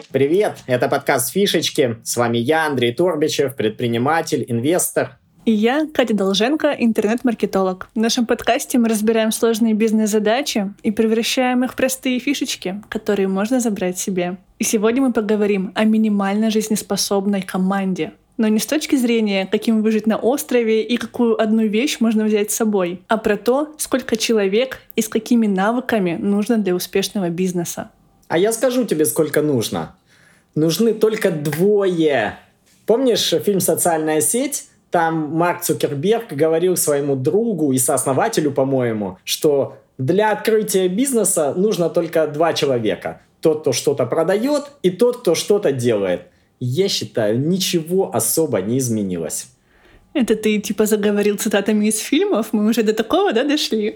Привет, это подкаст «Фишечки». С вами я, Андрей Торбичев, предприниматель, инвестор. И я, Катя Долженко, интернет-маркетолог. В нашем подкасте мы разбираем сложные бизнес-задачи и превращаем их в простые фишечки, которые можно забрать себе. И сегодня мы поговорим о минимально жизнеспособной команде. Но не с точки зрения, каким выжить на острове и какую одну вещь можно взять с собой, а про то, сколько человек и с какими навыками нужно для успешного бизнеса. А я скажу тебе, сколько нужно. Нужны только двое. Помнишь фильм «Социальная сеть»? Там Марк Цукерберг говорил своему другу и сооснователю, по-моему, что для открытия бизнеса нужно только два человека. Тот, кто что-то продает, и тот, кто что-то делает. Я считаю, ничего особо не изменилось. Это ты заговорил цитатами из фильмов? Мы уже до такого, дошли?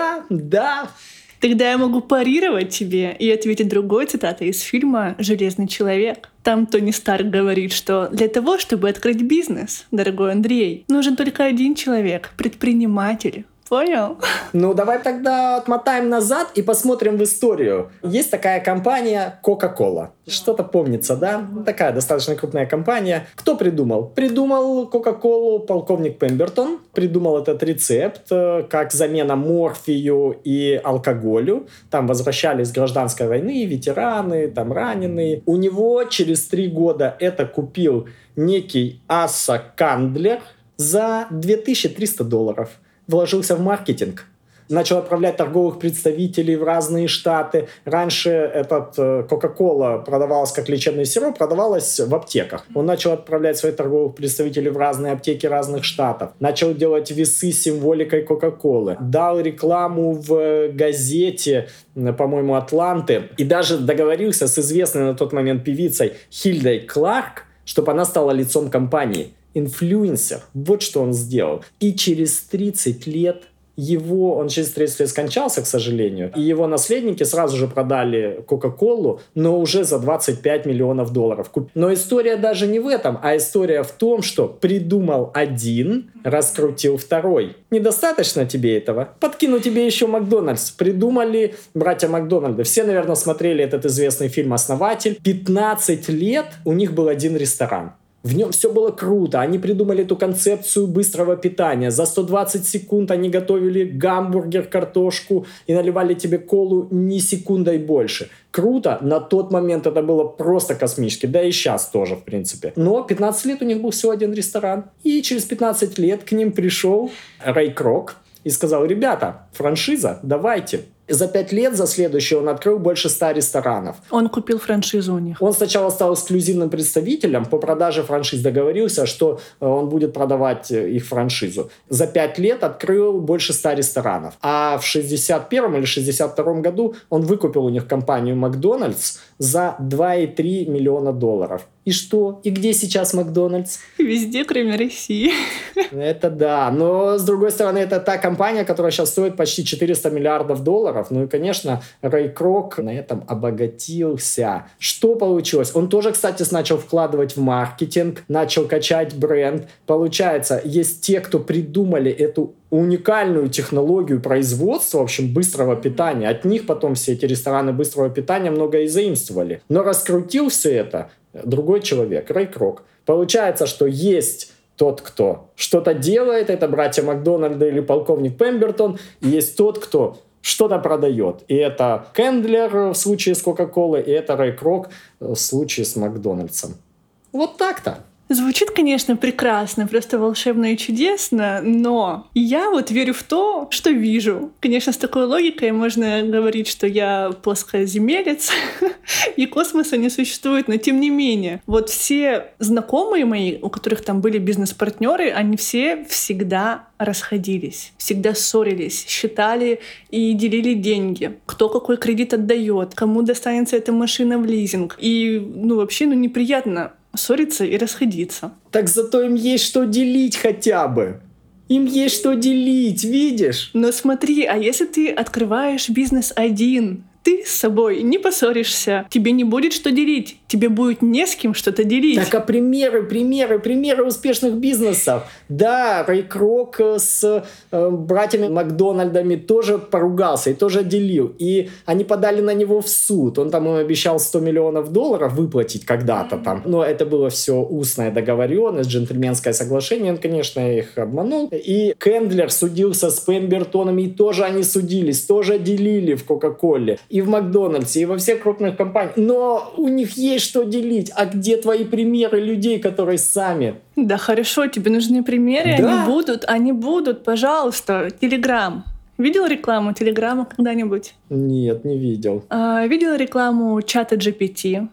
Да. Тогда я могу парировать тебе и ответить другой цитатой из фильма «Железный человек». Там Тони Старк говорит, что для того, чтобы открыть бизнес, дорогой Андрей, нужен только один человек — предприниматель. Понял? Ну, давай тогда отмотаем назад и посмотрим в историю. Есть такая компания Coca-Cola. Что-то помнится, да? Такая достаточно крупная компания. Кто придумал? Придумал Coca-Cola полковник Пембертон. Придумал этот рецепт как замена морфию и алкоголю. Там возвращались с гражданской войны ветераны, там раненые. У него через 3 года это купил некий Аса Кандлер за $2300. Вложился в маркетинг, начал отправлять торговых представителей в разные штаты. Раньше этот Coca-Cola продавалась как лечебный сироп, продавалась в аптеках. Он начал отправлять своих торговых представителей в разные аптеки разных штатов. Начал делать весы с символикой Coca-Cola. Дал рекламу в газете, по-моему, Атланты. И даже договорился с известной на тот момент певицей Хильдой Кларк, чтобы она стала лицом компании. Инфлюенсер. Вот что он сделал. И через 30 лет он через 30 лет скончался, к сожалению, и его наследники сразу же продали Кока-Колу, но уже за $25 миллионов. Но история даже не в этом, а история в том, что придумал один, раскрутил второй. Недостаточно тебе этого? Подкину тебе еще Макдональдс. Придумали братья Макдональды. Все, наверное, смотрели этот известный фильм «Основатель». 15 лет у них был один ресторан. В нем все было круто. Они придумали эту концепцию быстрого питания. За 120 секунд они готовили гамбургер, картошку и наливали тебе колу ни секундой больше. Круто. На тот момент это было просто космически. Да и сейчас тоже, в принципе. Но 15 лет у них был всего один ресторан. И через 15 лет к ним пришел Рэй Крок и сказал: ребята, франшиза, давайте. За 5 лет, за следующее, он открыл больше 100 ресторанов. Он купил франшизу у них. Он сначала стал эксклюзивным представителем, по продаже франшиз договорился, что он будет продавать их франшизу. За 5 лет открыл больше 100 ресторанов. А в 61 или 62 году он выкупил у них компанию Макдональдс за $2,3 миллиона. И что? И где сейчас Макдональдс? Везде, кроме России. Это да. Но, с другой стороны, это та компания, которая сейчас стоит почти $400 миллиардов. Ну и, конечно, Рэй Крок на этом обогатился. Что получилось? Он тоже, кстати, начал вкладывать в маркетинг, начал качать бренд. Получается, есть те, кто придумали эту уникальную технологию производства, в общем, быстрого питания. От них потом все эти рестораны быстрого питания многое и заимствовали. Но раскрутил все это другой человек, Рэй Крок. Получается, что есть тот, кто что-то делает, это братья Макдональды или полковник Пембертон, и есть тот, кто что-то продает. И это Кендлер в случае с Кока-Колой, и это Рэй Крок в случае с Макдональдсом. Вот так-то. Звучит, конечно, прекрасно, просто волшебно и чудесно, но я верю в то, что вижу. Конечно, с такой логикой можно говорить, что я плоскоземелец, и космоса не существует, но тем не менее. Все знакомые мои, у которых там были бизнес-партнеры, они все всегда расходились, всегда ссорились, считали и делили деньги, кто какой кредит отдает, кому достанется эта машина в лизинг. И, вообще, неприятно ссориться и расходиться. Так зато им есть что делить хотя бы. Им есть что делить, видишь? Но смотри, а если ты открываешь бизнес один, ты с собой не поссоришься, тебе не будет что делить, тебе будет не с кем что-то делить. Так, а примеры успешных бизнесов. Да, Рэй Крок с братьями Макдональдами тоже поругался и тоже делил. И они подали на него в суд. Он там им обещал $100 миллионов выплатить когда-то там. Но это было все устная договоренность, джентльменское соглашение. Он, конечно, их обманул. И Кендлер судился с Пембертонами, и тоже они судились, тоже делили в Кока-Коле. И в Макдональдсе, и во всех крупных компаниях. Но у них есть что делить. А где твои примеры людей, которые сами? Да хорошо, тебе нужны примеры, Да. они будут, пожалуйста. Телеграм. Видел рекламу Телеграма когда-нибудь? Нет, не видел. Видел рекламу чата GPT?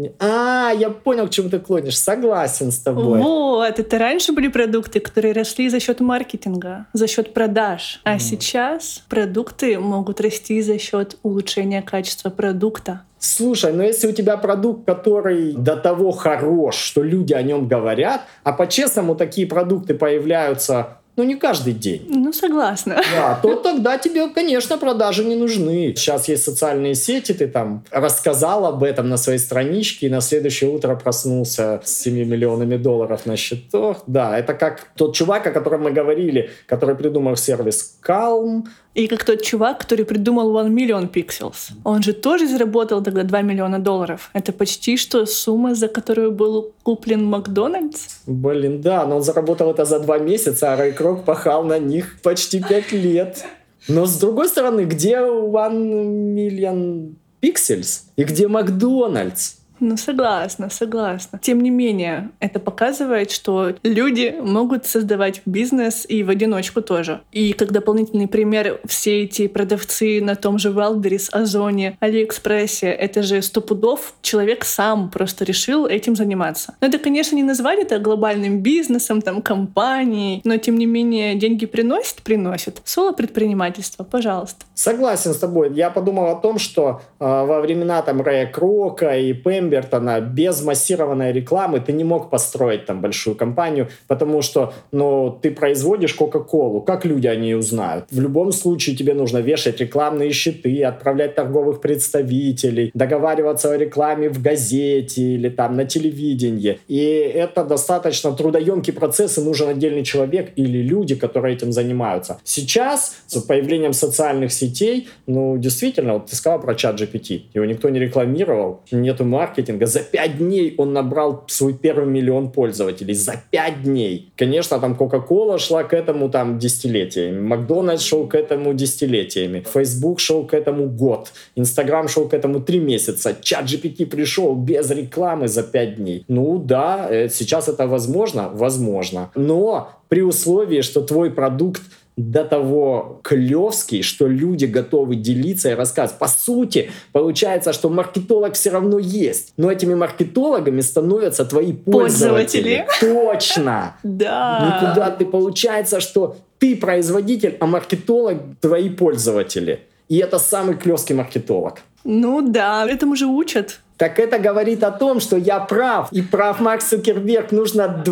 Я понял, к чему ты клонишь. Согласен с тобой. Вот, это раньше были продукты, которые росли за счет маркетинга, за счет продаж. А сейчас продукты могут расти за счет улучшения качества продукта. Слушай, но если у тебя продукт, который до того хорош, что люди о нем говорят, а по-честному такие продукты появляются, не каждый день. Согласна. Да, то тогда тебе, конечно, продажи не нужны. Сейчас есть социальные сети, ты там рассказал об этом на своей страничке, и на следующее утро проснулся с $7 миллионами на счетах. Да, это как тот чувак, о котором мы говорили, который придумал сервис Calm. И как тот чувак, который придумал 1 Million Pixels. Он же тоже заработал тогда $2 миллиона. Это почти что сумма, за которую был куплен Макдональдс. Блин, да, но он заработал это за 2 месяца, а Рэй Крок пахал на них почти 5 лет. Но с другой стороны, где 1 Million Pixels и где Макдональдс? Согласна. Тем не менее, это показывает, что люди могут создавать бизнес и в одиночку тоже. И как дополнительный пример, все эти продавцы на том же Wildberries, Озоне, Алиэкспрессе, это же 100 пудов человек сам просто решил этим заниматься. Но это, конечно, не назвать это глобальным бизнесом, компанией, но тем не менее деньги приносят. Соло-предпринимательство, пожалуйста. Согласен с тобой. Я подумал о том, что во времена Рэя Крока и Пембертона без массированной рекламы ты не мог построить там большую компанию, потому что ты производишь Кока-Колу. Как люди о ней узнают? В любом случае тебе нужно вешать рекламные щиты, отправлять торговых представителей, договариваться о рекламе в газете или там на телевидении. И это достаточно трудоемкий процесс, и нужен отдельный человек или люди, которые этим занимаются. Сейчас с появлением социальных сетей, действительно, ты сказал про чат GPT, его никто не рекламировал, нету маркетинга. За 5 дней он набрал свой первый 1 миллион пользователей. За 5 дней. Конечно, там Coca-Cola шла к этому десятилетиями. Макдональдс шел к этому десятилетиями. Facebook шел к этому год. Instagram шел к этому 3 месяца. Чат GPT пришел без рекламы за 5 дней. Да, сейчас это возможно? Возможно. Но при условии, что твой продукт до того клевский, что люди готовы делиться и рассказывать. По сути, получается, что маркетолог все равно есть. Но этими маркетологами становятся твои пользователи. Точно! Да. Никуда получается, что ты производитель, а маркетолог твои пользователи. И это самый клевский маркетолог. Да, этому же учат. Так это говорит о том, что я прав. И прав Марк Цукерберг. Нужно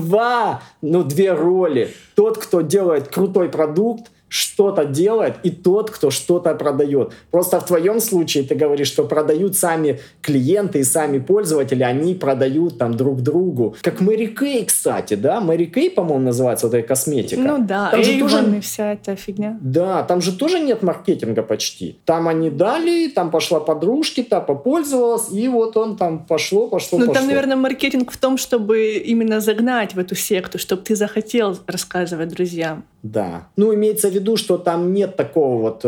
две роли. Тот, кто делает крутой продукт, что-то делает, и тот, кто что-то продает. Просто в твоем случае ты говоришь, что продают сами клиенты и сами пользователи, они продают друг другу. Как Мэри Кей, кстати, да? Мэри Кей, по-моему, называется вот эта косметика. Да, там же тоже и вся эта фигня. Да, там же тоже нет маркетинга почти. Там они дали, там пошла подружки, та попользовалась, и вот он там пошло. Там, наверное, маркетинг в том, чтобы именно загнать в эту секту, чтобы ты захотел рассказывать друзьям. Да. Имеется в виду, что там нет такого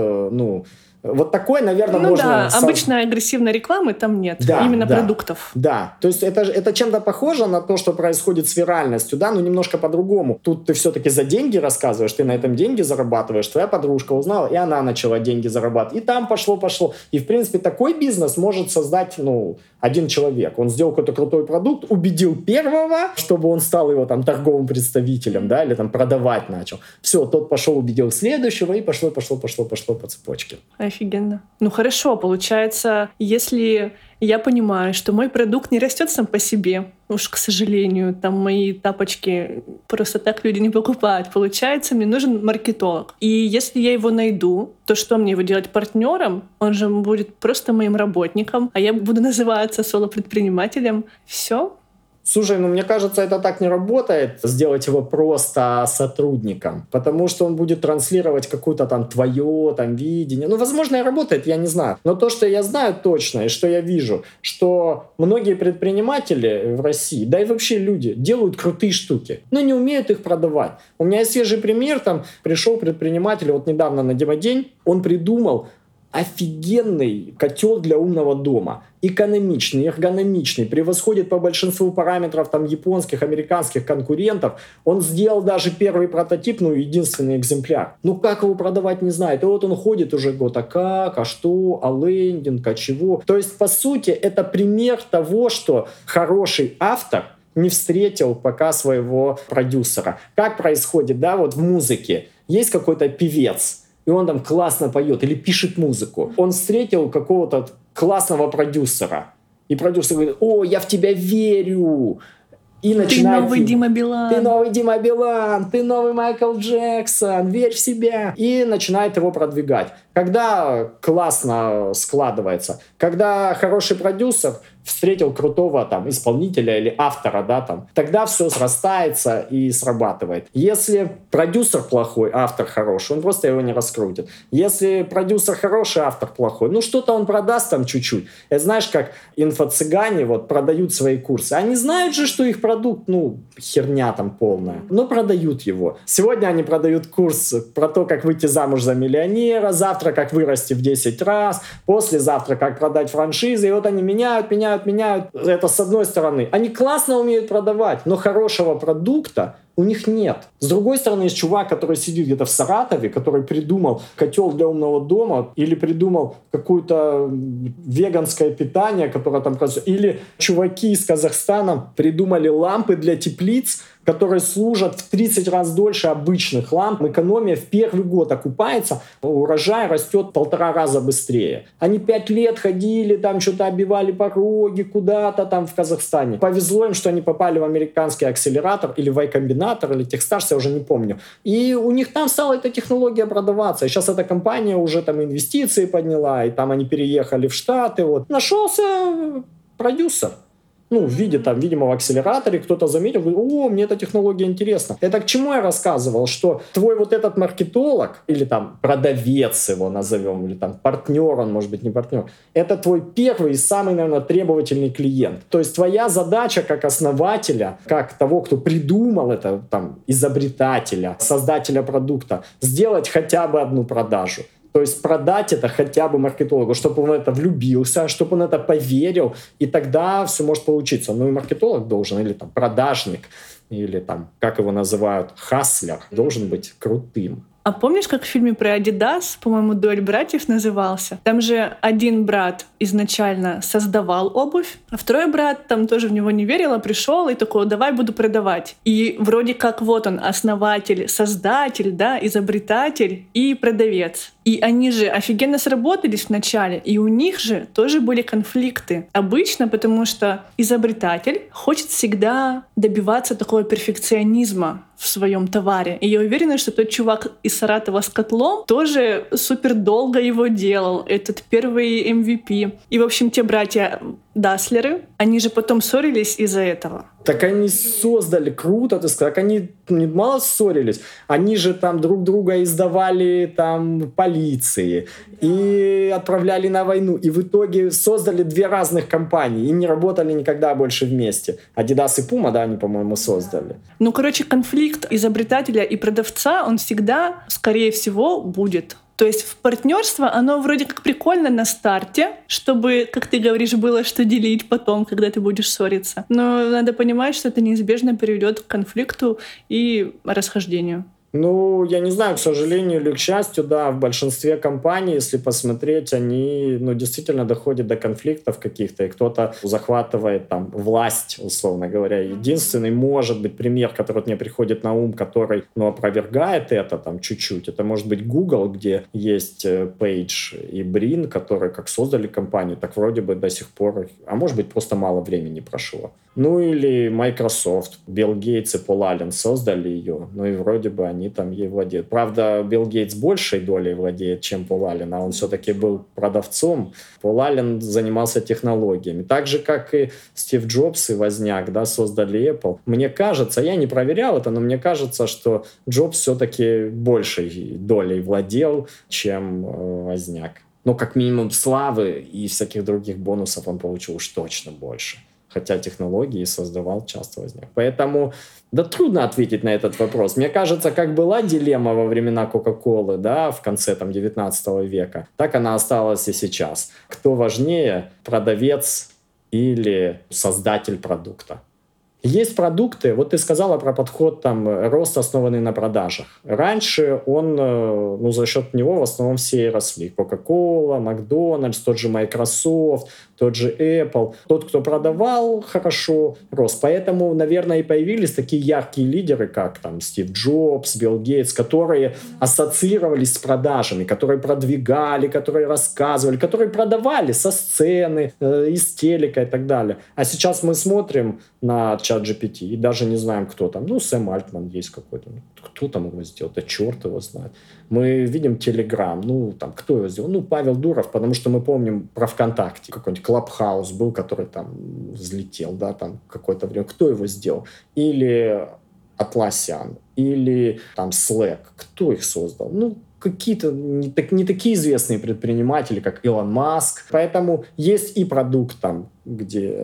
вот такое, наверное, можно... обычной агрессивной рекламы там нет, продуктов. Да, то есть это чем-то похоже на то, что происходит с виральностью, да, но немножко по-другому. Тут ты все-таки за деньги рассказываешь, ты на этом деньги зарабатываешь, твоя подружка узнала, и она начала деньги зарабатывать. И там пошло. И, в принципе, такой бизнес может создать, один человек. Он сделал какой-то крутой продукт, убедил первого, чтобы он стал его торговым представителем, да, или продавать начал. Все, тот пошел, убедил следующего, и пошло по цепочке. Офигенно. Хорошо, получается, если я понимаю, что мой продукт не растет сам по себе, уж, к сожалению, там мои тапочки просто так люди не покупают. Получается, мне нужен маркетолог. И если я его найду, то что мне его делать партнером? Он же будет просто моим работником, а я буду называться соло-предпринимателем. Все. Слушай, мне кажется, это так не работает, сделать его просто сотрудником, потому что он будет транслировать какое-то там твое там видение. Возможно, и работает, я не знаю. Но то, что я знаю точно и что я вижу, что многие предприниматели в России, да и вообще люди, делают крутые штуки, но не умеют их продавать. У меня есть свежий пример, там пришел предприниматель, вот недавно на демодень, он придумал офигенный котел для умного дома. Экономичный, эргономичный, превосходит по большинству параметров там японских, американских конкурентов. Он сделал даже первый прототип, единственный экземпляр. Как его продавать, не знает. И вот он ходит уже год, а как, а что, а лендинг, а чего. То есть, по сути, это пример того, что хороший автор не встретил пока своего продюсера. Как происходит, в музыке. Есть какой-то певец, и он там классно поет или пишет музыку. Он встретил какого-то классного продюсера. И продюсер говорит: «О, я в тебя верю». И начинает... Ты новый Дима Билан. Ты новый Дима Билан, ты новый Майкл Джексон, верь в себя. И начинает его продвигать. Когда классно складывается, когда хороший продюсер встретил крутого исполнителя или автора, тогда все срастается и срабатывает. Если продюсер плохой, автор хороший, он просто его не раскрутит. Если продюсер хороший, автор плохой, что-то он продаст там чуть-чуть. Это знаешь, как инфо-цыгане продают свои курсы. Они знают же, что их продукт, херня там полная, но продают его. Сегодня они продают курс про то, как выйти замуж за миллионера, завтра как вырасти в 10 раз, послезавтра как продать франшизы. И вот они меняют. Это с одной стороны. Они классно умеют продавать, но хорошего продукта у них нет. С другой стороны, есть чувак, который сидит где-то в Саратове, который придумал котел для умного дома или придумал какое-то веганское питание, которое там производится. Или чуваки из Казахстана придумали лампы для теплиц, которые служат в 30 раз дольше обычных ламп. Экономия в первый год окупается, урожай растет в 1,5 раза быстрее. Они 5 лет ходили, там что-то оббивали пороги куда-то там в Казахстане. Повезло им, что они попали в американский акселератор или Y-комбинатор, или Техстарс, я уже не помню. И у них там стала эта технология продаваться. И сейчас эта компания уже там инвестиции подняла, и там они переехали в Штаты. Нашелся продюсер. В виде видимо, в акселераторе кто-то заметил, говорит: «О, мне эта технология интересна». Это к чему я рассказывал? Что твой этот маркетолог, или продавец его назовем, или партнер, он может быть не партнер, это твой первый и самый, наверное, требовательный клиент. То есть твоя задача как основателя, как того, кто придумал это, изобретателя, создателя продукта, сделать хотя бы одну продажу. То есть продать это хотя бы маркетологу, чтобы он в это влюбился, чтобы он это поверил, и тогда все может получиться. И маркетолог должен, или продажник, или как его называют, хаслер, должен быть крутым. А помнишь, как в фильме про Adidas, по-моему, «Дуэль братьев» назывался? Там же один брат изначально создавал обувь, а второй брат там тоже в него не верил, а пришел и такой: «Давай буду продавать». И вроде как он основатель, создатель, изобретатель и продавец. И они же офигенно сработались вначале, и у них же тоже были конфликты. Обычно, потому что изобретатель хочет всегда добиваться такого перфекционизма в своем товаре. И я уверена, что тот чувак из Саратова с котлом тоже супер долго его делал, этот первый MVP. И, в общем, те братья Даслеры, они же потом ссорились из-за этого. Так они создали, круто, ты сказал, так они мало ссорились, они же друг друга издавали полиции и отправляли на войну, и в итоге создали 2 разных компании и не работали никогда больше вместе. Adidas и Puma, они, по-моему, создали. Конфликт изобретателя и продавца, он всегда, скорее всего, будет. То есть в партнерство оно вроде как прикольно на старте, чтобы, как ты говоришь, было что делить потом, когда ты будешь ссориться. Но надо понимать, что это неизбежно приведет к конфликту и расхождению. Ну, я не знаю, к сожалению или к счастью, да, в большинстве компаний, если посмотреть, они, действительно доходят до конфликтов каких-то, и кто-то захватывает там власть, условно говоря. Единственный, может быть, пример, который вот мне приходит на ум, который, опровергает это там чуть-чуть, это может быть Google, где есть Page и Brin, которые как создали компанию, так вроде бы до сих пор, а может быть, просто мало времени прошло. Ну или Microsoft, Билл Гейтс и Пол Аллен создали ее, и вроде бы они там ей владеют. Правда, Билл Гейтс большей долей владеет, чем Пол Аллен, а он все-таки был продавцом. Пол Аллен занимался технологиями. Так же, как и Стив Джобс и Возняк, да, создали Apple. Мне кажется, я не проверял это, но мне кажется, что Джобс все-таки большей долей владел, чем Возняк. Как минимум славы и всяких других бонусов он получил уж точно больше. Хотя технологии создавал часто Возняк. Поэтому, трудно ответить на этот вопрос. Мне кажется, как была дилемма во времена Кока-Колы, да, в конце 19 века, так она осталась и сейчас. Кто важнее, продавец или создатель продукта? Есть продукты, вот ты сказала про подход рост, основанный на продажах. Раньше он, за счет него в основном все и росли. Coca-Cola, Макдональдс, тот же Microsoft, тот же Apple. Тот, кто продавал хорошо, рос. Поэтому, наверное, и появились такие яркие лидеры, как Стив Джобс, Билл Гейтс, которые ассоциировались с продажами, которые продвигали, которые рассказывали, которые продавали со сцены, из телека и так далее. А сейчас мы смотрим на ChatGPT и даже не знаем, кто там. Сэм Альтман есть какой-то. Кто там его сделал? Да черт его знает. Мы видим Telegram. Кто его сделал? Павел Дуров, потому что мы помним про ВКонтакте. Какой-нибудь Clubhouse был, который взлетел, да, какое-то время. Кто его сделал? Или Atlassian, или Slack. Кто их создал? Какие-то не такие известные предприниматели, как Илон Маск. Поэтому есть и продукт где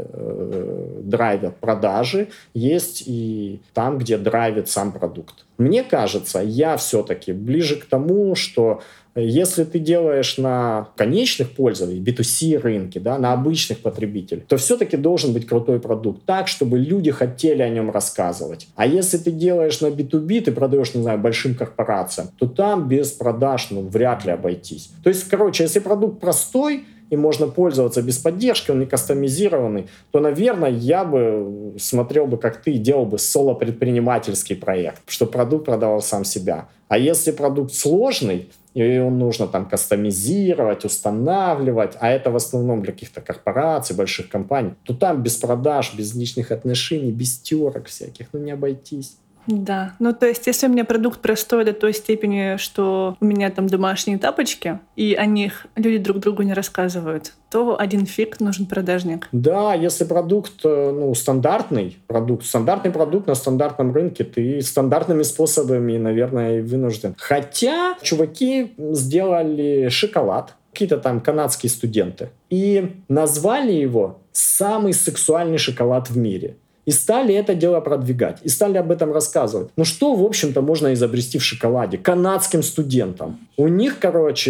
драйвят продажи, есть и там, где драйвит сам продукт. Мне кажется, я все-таки ближе к тому, что если ты делаешь на конечных пользователей, B2C рынке, да, на обычных потребителей, то все-таки должен быть крутой продукт так, чтобы люди хотели о нем рассказывать. А если ты делаешь на B2B, ты продаешь, большим корпорациям, то там без продаж вряд ли обойтись. То есть, если продукт простой, и можно пользоваться без поддержки, он не кастомизированный, то, наверное, я бы смотрел бы, как ты, и делал бы соло-предпринимательский проект, чтобы продукт продавал сам себя. А если продукт сложный, и его нужно кастомизировать, устанавливать, а это в основном для каких-то корпораций, больших компаний, то там без продаж, без личных отношений, без терок всяких, не обойтись. Да, то есть, если у меня продукт простой до той степени, что у меня домашние тапочки, и о них люди друг другу не рассказывают, то один фиг нужен продажник. Да, если продукт, стандартный продукт на стандартном рынке, ты стандартными способами, наверное, и вынужден. Хотя чуваки сделали шоколад, какие-то канадские студенты, и назвали его «самый сексуальный шоколад в мире». И стали это дело продвигать, и стали об этом рассказывать. Что, в общем-то, можно изобрести в шоколаде? Канадским студентам. У них,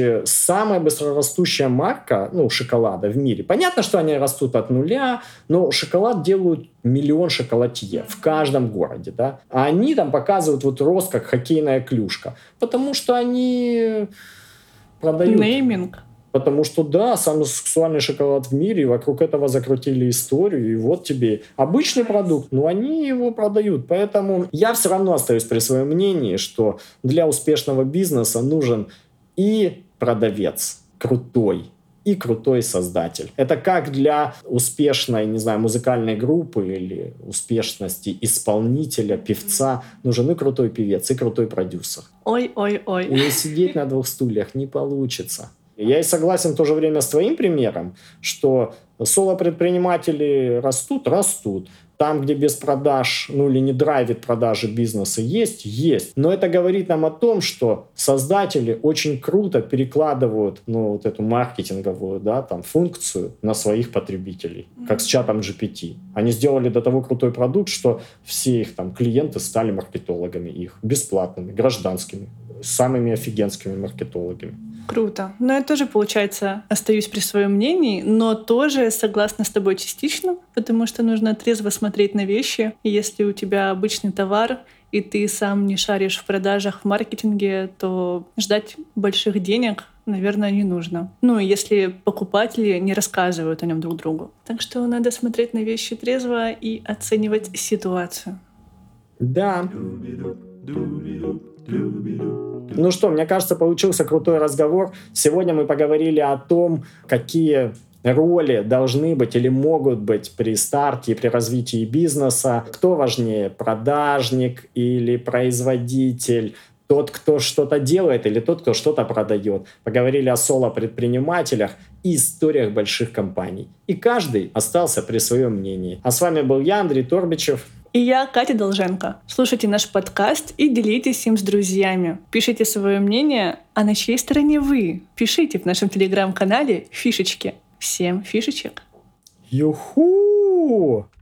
самая быстрорастущая марка, шоколада в мире. Понятно, что они растут от нуля, но шоколад делают 1 миллион шоколадье в каждом городе, да? А они показывают рост, как хоккейная клюшка. Потому что они продают... Нейминг. Потому что, да, самый сексуальный шоколад в мире, и вокруг этого закрутили историю, и вот тебе обычный продукт, но они его продают. Поэтому я все равно остаюсь при своем мнении, что для успешного бизнеса нужен и продавец крутой, и крутой создатель. Это как для успешной, музыкальной группы или успешности исполнителя, певца нужен и крутой певец, и крутой продюсер. Ой-ой-ой. И сидеть на 2 стульях не получится. Я и согласен в то же время с твоим примером, что соло-предприниматели растут. Там, где без продаж, или не драйвит продажи бизнеса, есть. Но это говорит нам о том, что создатели очень круто перекладывают, эту маркетинговую, функцию на своих потребителей, как с чатом GPT. Они сделали до того крутой продукт, что все их клиенты стали маркетологами их, бесплатными, гражданскими, самыми офигенскими маркетологами. Круто. Я тоже, получается, остаюсь при своем мнении, но тоже согласна с тобой частично, потому что нужно трезво смотреть на вещи. И если у тебя обычный товар, и ты сам не шаришь в продажах, в маркетинге, то ждать больших денег, наверное, не нужно. Ну, если покупатели не рассказывают о нем друг другу. Так что надо смотреть на вещи трезво и оценивать ситуацию. Да. Ну что, мне кажется, получился крутой разговор. Сегодня мы поговорили о том, какие роли должны быть или могут быть при старте и при развитии бизнеса. Кто важнее, продажник или производитель? Тот, кто что-то делает, или тот, кто что-то продает. Поговорили о соло-предпринимателях и историях больших компаний. И каждый остался при своем мнении. А с вами был я, Андрей Торбичев. И я, Катя Долженко. Слушайте наш подкаст и делитесь им с друзьями. Пишите свое мнение, а на чьей стороне вы? Пишите в нашем телеграм-канале фишечки. Всем фишечек! Юху!